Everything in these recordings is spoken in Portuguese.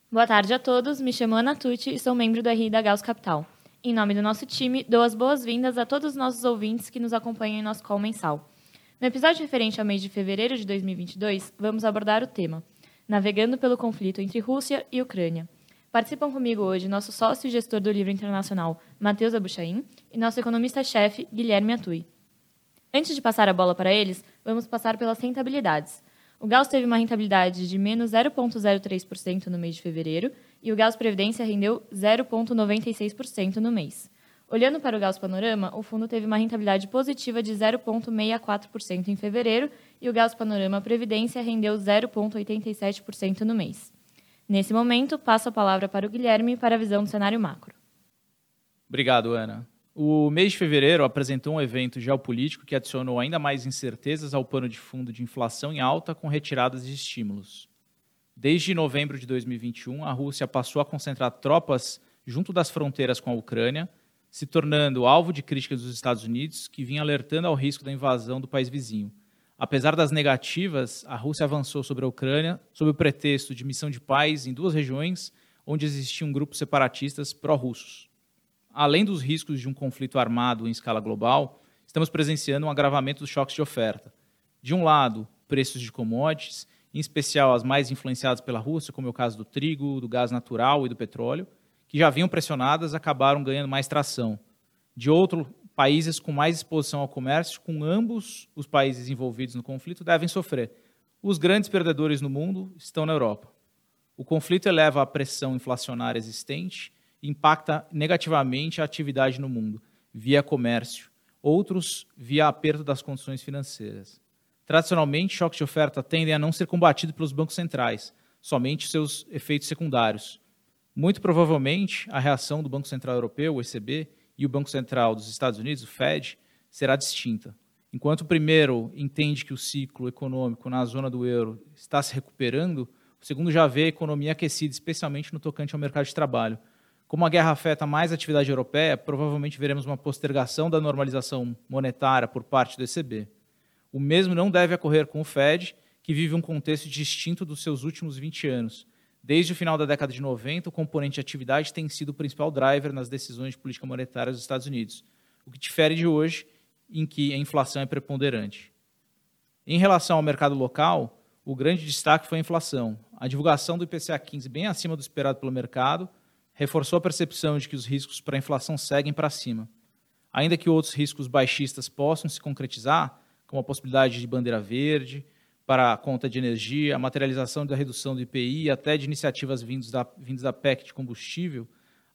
Boa tarde a todos, me chamo Ana Tucci e sou membro do RI da Gauss Capital. Em nome do nosso time, dou as boas-vindas a todos os nossos ouvintes que nos acompanham em nosso call mensal. No episódio referente ao mês de fevereiro de 2022, vamos abordar o tema Navegando pelo conflito entre Rússia e Ucrânia. Participam comigo hoje nosso sócio e gestor do livro internacional, Matheus Abuchain, e nosso economista-chefe, Guilherme Atui. Antes de passar a bola para eles, vamos passar pelas rentabilidades. O Gauss teve uma rentabilidade de menos 0,03% no mês de fevereiro e o Gauss Previdência rendeu 0,96% no mês. Olhando para o Gauss Panorama, o fundo teve uma rentabilidade positiva de 0,64% em fevereiro e o Gauss Panorama Previdência rendeu 0,87% no mês. Nesse momento, passo a palavra para o Guilherme para a visão do cenário macro. Obrigado, Ana. O mês de fevereiro apresentou um evento geopolítico que adicionou ainda mais incertezas ao pano de fundo de inflação em alta com retiradas de estímulos. Desde novembro de 2021, a Rússia passou a concentrar tropas junto das fronteiras com a Ucrânia, se tornando alvo de críticas dos Estados Unidos, que vinha alertando ao risco da invasão do país vizinho. Apesar das negativas, a Rússia avançou sobre a Ucrânia sob o pretexto de missão de paz em duas regiões onde existiam grupos separatistas pró-russos. Além dos riscos de um conflito armado em escala global, estamos presenciando um agravamento dos choques de oferta. De um lado, preços de commodities, em especial as mais influenciadas pela Rússia, como é o caso do trigo, do gás natural e do petróleo, que já vinham pressionadas, acabaram ganhando mais tração. De outro, países com mais exposição ao comércio, com ambos os países envolvidos no conflito, devem sofrer. Os grandes perdedores no mundo estão na Europa. O conflito eleva a pressão inflacionária existente e impacta negativamente a atividade no mundo, via comércio, outros via aperto das condições financeiras. Tradicionalmente, choques de oferta tendem a não ser combatidos pelos bancos centrais, somente seus efeitos secundários. Muito provavelmente, a reação do Banco Central Europeu, o ECB, e o Banco Central dos Estados Unidos, o Fed, será distinta. Enquanto o primeiro entende que o ciclo econômico na zona do euro está se recuperando, o segundo já vê a economia aquecida, especialmente no tocante ao mercado de trabalho. Como a guerra afeta mais a atividade europeia, provavelmente veremos uma postergação da normalização monetária por parte do ECB. O mesmo não deve ocorrer com o Fed, que vive um contexto distinto dos seus últimos 20 anos. Desde o final da década de 90, o componente de atividade tem sido o principal driver nas decisões de política monetária dos Estados Unidos, o que difere de hoje, em que a inflação é preponderante. Em relação ao mercado local, o grande destaque foi a inflação. A divulgação do IPCA 15, bem acima do esperado pelo mercado, reforçou a percepção de que os riscos para a inflação seguem para cima. Ainda que outros riscos baixistas possam se concretizar, como a possibilidade de bandeira verde para a conta de energia, a materialização da redução do IPI e até de iniciativas vindas da PEC de combustível,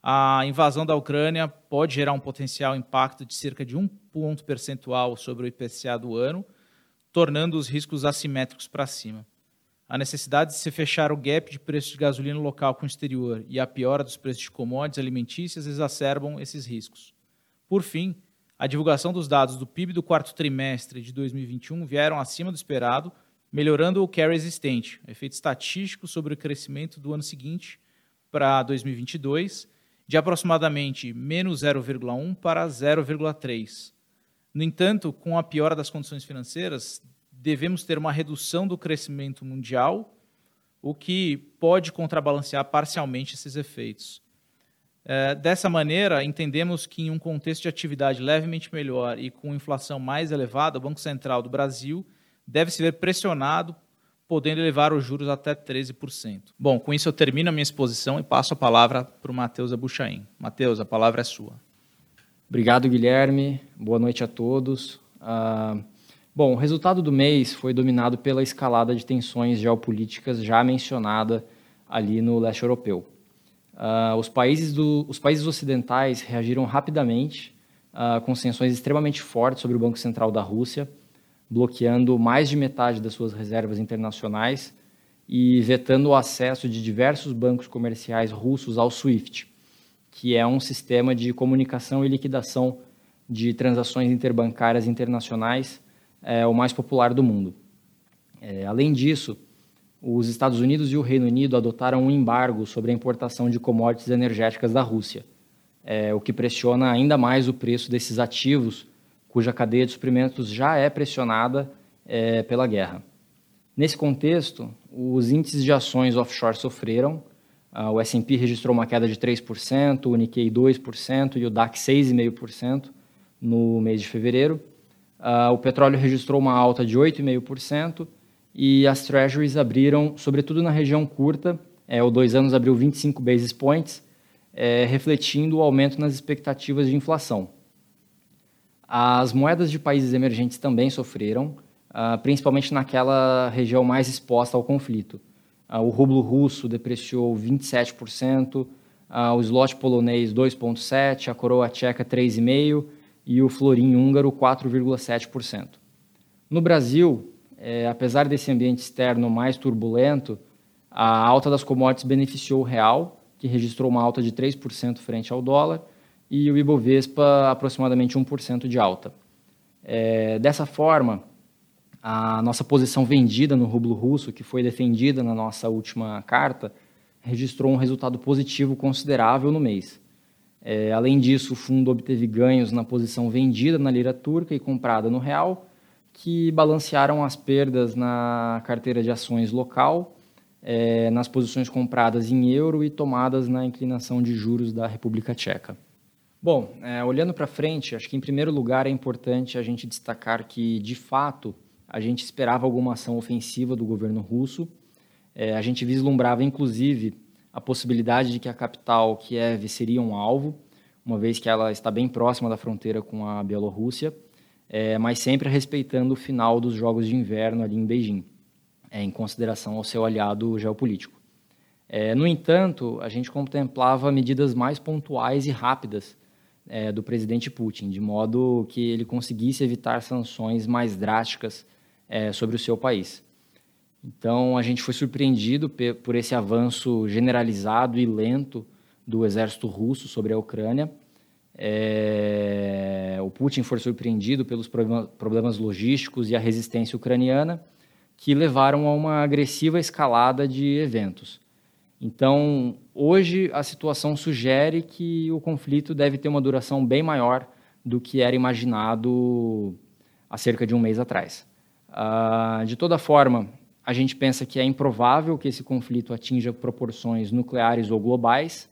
a invasão da Ucrânia pode gerar um potencial impacto de cerca de 1 ponto percentual sobre o IPCA do ano, tornando os riscos assimétricos para cima. A necessidade de se fechar o gap de preço de gasolina local com o exterior e a piora dos preços de commodities alimentícias exacerbam esses riscos. Por fim, a divulgação dos dados do PIB do quarto trimestre de 2021 vieram acima do esperado, melhorando o carry existente, efeito estatístico sobre o crescimento do ano seguinte para 2022, de aproximadamente menos 0,1 para 0,3. No entanto, com a piora das condições financeiras, devemos ter uma redução do crescimento mundial, o que pode contrabalancear parcialmente esses efeitos. Dessa maneira, entendemos que em um contexto de atividade levemente melhor e com inflação mais elevada, o Banco Central do Brasil deve se ver pressionado, podendo elevar os juros até 13%. Bom, com isso eu termino a minha exposição e passo a palavra para o Matheus Abuchain. Matheus, a palavra é sua. Obrigado, Guilherme. Boa noite a todos. Bom, o resultado do mês foi dominado pela escalada de tensões geopolíticas já mencionada ali no leste europeu. Os países ocidentais reagiram rapidamente com sanções extremamente fortes sobre o Banco Central da Rússia, bloqueando mais de metade das suas reservas internacionais e vetando o acesso de diversos bancos comerciais russos ao SWIFT, que é um sistema de comunicação e liquidação de transações interbancárias internacionais, o mais popular do mundo. Além disso, os Estados Unidos e o Reino Unido adotaram um embargo sobre a importação de commodities energéticas da Rússia, o que pressiona ainda mais o preço desses ativos, cuja cadeia de suprimentos já é pressionada pela guerra. Nesse contexto, os índices de ações offshore sofreram, O S&P registrou uma queda de 3%, o Nikkei 2% e o DAX 6,5% no mês de fevereiro. O petróleo registrou uma alta de 8,5% e as Treasuries abriram, sobretudo na região curta, o 2 anos abriu 25 basis points, refletindo o aumento nas expectativas de inflação. As moedas de países emergentes também sofreram, principalmente naquela região mais exposta ao conflito. O rublo russo depreciou 27%, o zloty polonês 2,7%, a coroa tcheca 3,5% e o florim húngaro 4,7%. No Brasil, apesar desse ambiente externo mais turbulento, a alta das commodities beneficiou o real, que registrou uma alta de 3% frente ao dólar, e o Ibovespa aproximadamente 1% de alta. Dessa forma, a nossa posição vendida no rublo russo, que foi defendida na nossa última carta, registrou um resultado positivo considerável no mês. Além disso, o fundo obteve ganhos na posição vendida na lira turca e comprada no real, que balancearam as perdas na carteira de ações local, nas posições compradas em euro e tomadas na inclinação de juros da República Tcheca. Bom, olhando para frente, acho que em primeiro lugar é importante a gente destacar que, de fato, a gente esperava alguma ação ofensiva do governo russo. A gente vislumbrava, inclusive, a possibilidade de que a capital, Kiev, seria um alvo, uma vez que ela está bem próxima da fronteira com a Bielorrússia, mas sempre respeitando o final dos Jogos de Inverno ali em Beijing, em consideração ao seu aliado geopolítico. No entanto, a gente contemplava medidas mais pontuais e rápidas do presidente Putin, de modo que ele conseguisse evitar sanções mais drásticas sobre o seu país. Então, a gente foi surpreendido por esse avanço generalizado e lento do exército russo sobre a Ucrânia. O Putin foi surpreendido pelos problemas logísticos e a resistência ucraniana, que levaram a uma agressiva escalada de eventos. Então, hoje, a situação sugere que o conflito deve ter uma duração bem maior do que era imaginado há cerca de um mês atrás. De toda forma, a gente pensa que é improvável que esse conflito atinja proporções nucleares ou globais,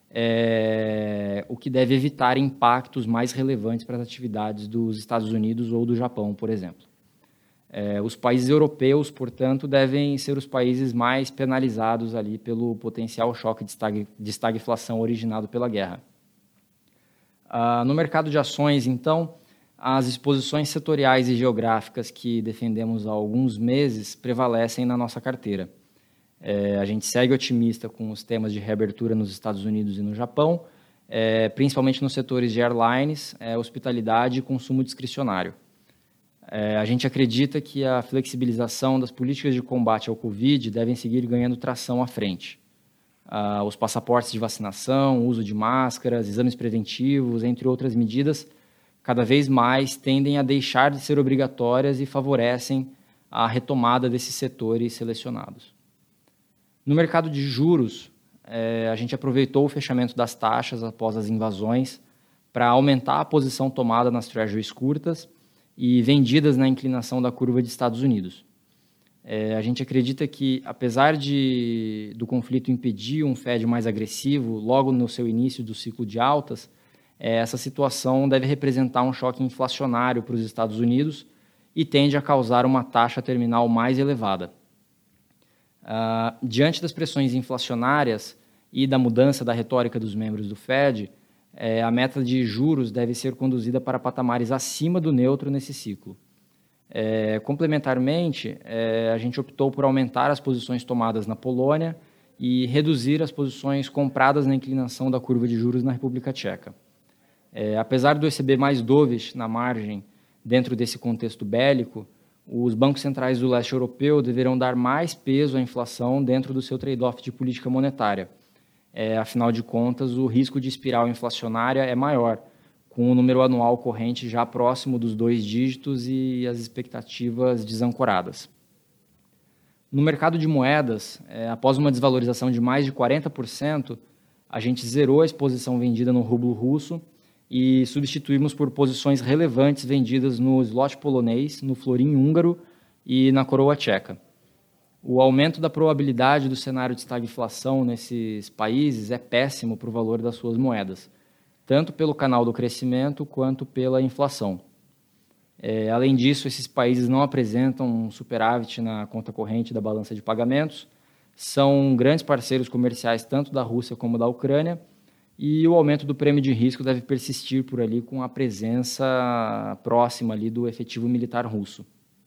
o que deve evitar impactos mais relevantes para as atividades dos Estados Unidos ou do Japão, por exemplo. Os países europeus, portanto, devem ser os países mais penalizados ali pelo potencial choque de estagflação originado pela guerra. No mercado de ações, então, as exposições setoriais e geográficas que defendemos há alguns meses prevalecem na nossa carteira. A gente segue otimista com os temas de reabertura nos Estados Unidos e no Japão, principalmente nos setores de airlines, hospitalidade e consumo discricionário. A gente acredita que a flexibilização das políticas de combate ao Covid devem seguir ganhando tração à frente. Os passaportes de vacinação, uso de máscaras, exames preventivos, entre outras medidas, cada vez mais tendem a deixar de ser obrigatórias e favorecem a retomada desses setores selecionados. No mercado de juros, a gente aproveitou o fechamento das taxas após as invasões para aumentar a posição tomada nas treasuries curtas e vendidas na inclinação da curva de Estados Unidos. A gente acredita que, apesar do conflito impedir um Fed mais agressivo logo no seu início do ciclo de altas, essa situação deve representar um choque inflacionário para os Estados Unidos e tende a causar uma taxa terminal mais elevada. Diante das pressões inflacionárias e da mudança da retórica dos membros do Fed, a meta de juros deve ser conduzida para patamares acima do neutro nesse ciclo. Complementarmente, a gente optou por aumentar as posições tomadas na Polônia e reduzir as posições compradas na inclinação da curva de juros na República Tcheca. Apesar do ECB mais dovish na margem dentro desse contexto bélico, os bancos centrais do leste europeu deverão dar mais peso à inflação dentro do seu trade-off de política monetária. Afinal de contas, o risco de espiral inflacionária é maior, com o número anual corrente já próximo dos 2 dígitos e as expectativas desancoradas. No mercado de moedas, após uma desvalorização de mais de 40%, a gente zerou a exposição vendida no rublo russo e substituímos por posições relevantes vendidas no zloty polonês, no florim húngaro e na coroa tcheca. O aumento da probabilidade do cenário de estagflação nesses países é péssimo para o valor das suas moedas, tanto pelo canal do crescimento quanto pela inflação. Além disso, esses países não apresentam um superávit na conta corrente da balança de pagamentos, são grandes parceiros comerciais tanto da Rússia como da Ucrânia, e o aumento do prêmio de risco deve persistir por ali com a presença próxima ali do efetivo militar russo.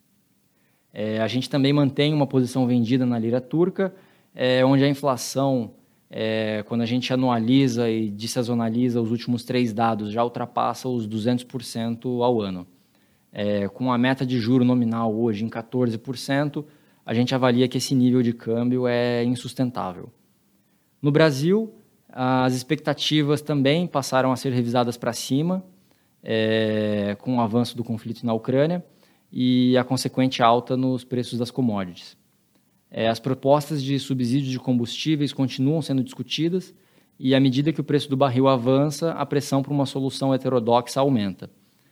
A gente também mantém uma posição vendida na lira turca, onde a inflação, quando a gente anualiza e dessazonaliza os últimos 3 dados, já ultrapassa os 200% ao ano. Com a meta de juro nominal hoje em 14%, a gente avalia que esse nível de câmbio é insustentável. No Brasil, as expectativas também passaram a ser revisadas para cima, com o avanço do conflito na Ucrânia e a consequente alta nos preços das commodities. As propostas de subsídio de combustíveis continuam sendo discutidas e, à medida que o preço do barril avança, a pressão por uma solução heterodoxa aumenta.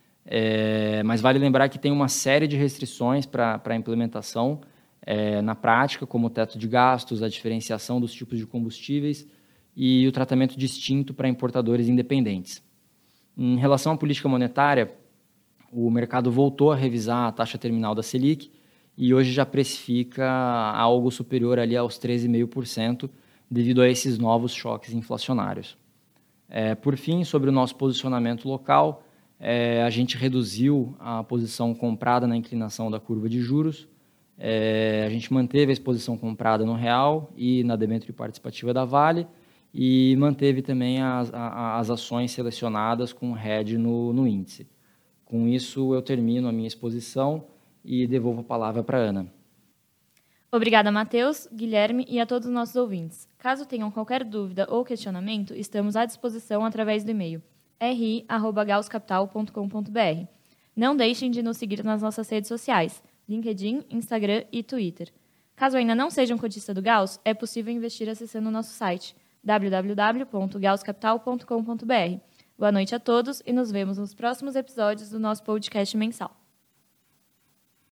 Mas vale lembrar que tem uma série de restrições para a implementação na prática, como o teto de gastos, a diferenciação dos tipos de combustíveis e o tratamento distinto para importadores independentes. Em relação à política monetária, o mercado voltou a revisar a taxa terminal da Selic e hoje já precifica algo superior ali aos 13,5% devido a esses novos choques inflacionários. Por fim, sobre o nosso posicionamento local, a gente reduziu a posição comprada na inclinação da curva de juros, a gente manteve a exposição comprada no real e na debênture participativa da Vale e manteve também as ações selecionadas com hedge no índice. Com isso, eu termino a minha exposição e devolvo a palavra para a Ana. Obrigada, Matheus, Guilherme e a todos os nossos ouvintes. Caso tenham qualquer dúvida ou questionamento, estamos à disposição através do e-mail ri@gauscapital.com.br. Não deixem de nos seguir nas nossas redes sociais, LinkedIn, Instagram e Twitter. Caso ainda não seja um cotista do Gauss, é possível investir acessando o nosso site www.gauscapital.com.br. Boa noite a todos e nos vemos nos próximos episódios do nosso podcast mensal.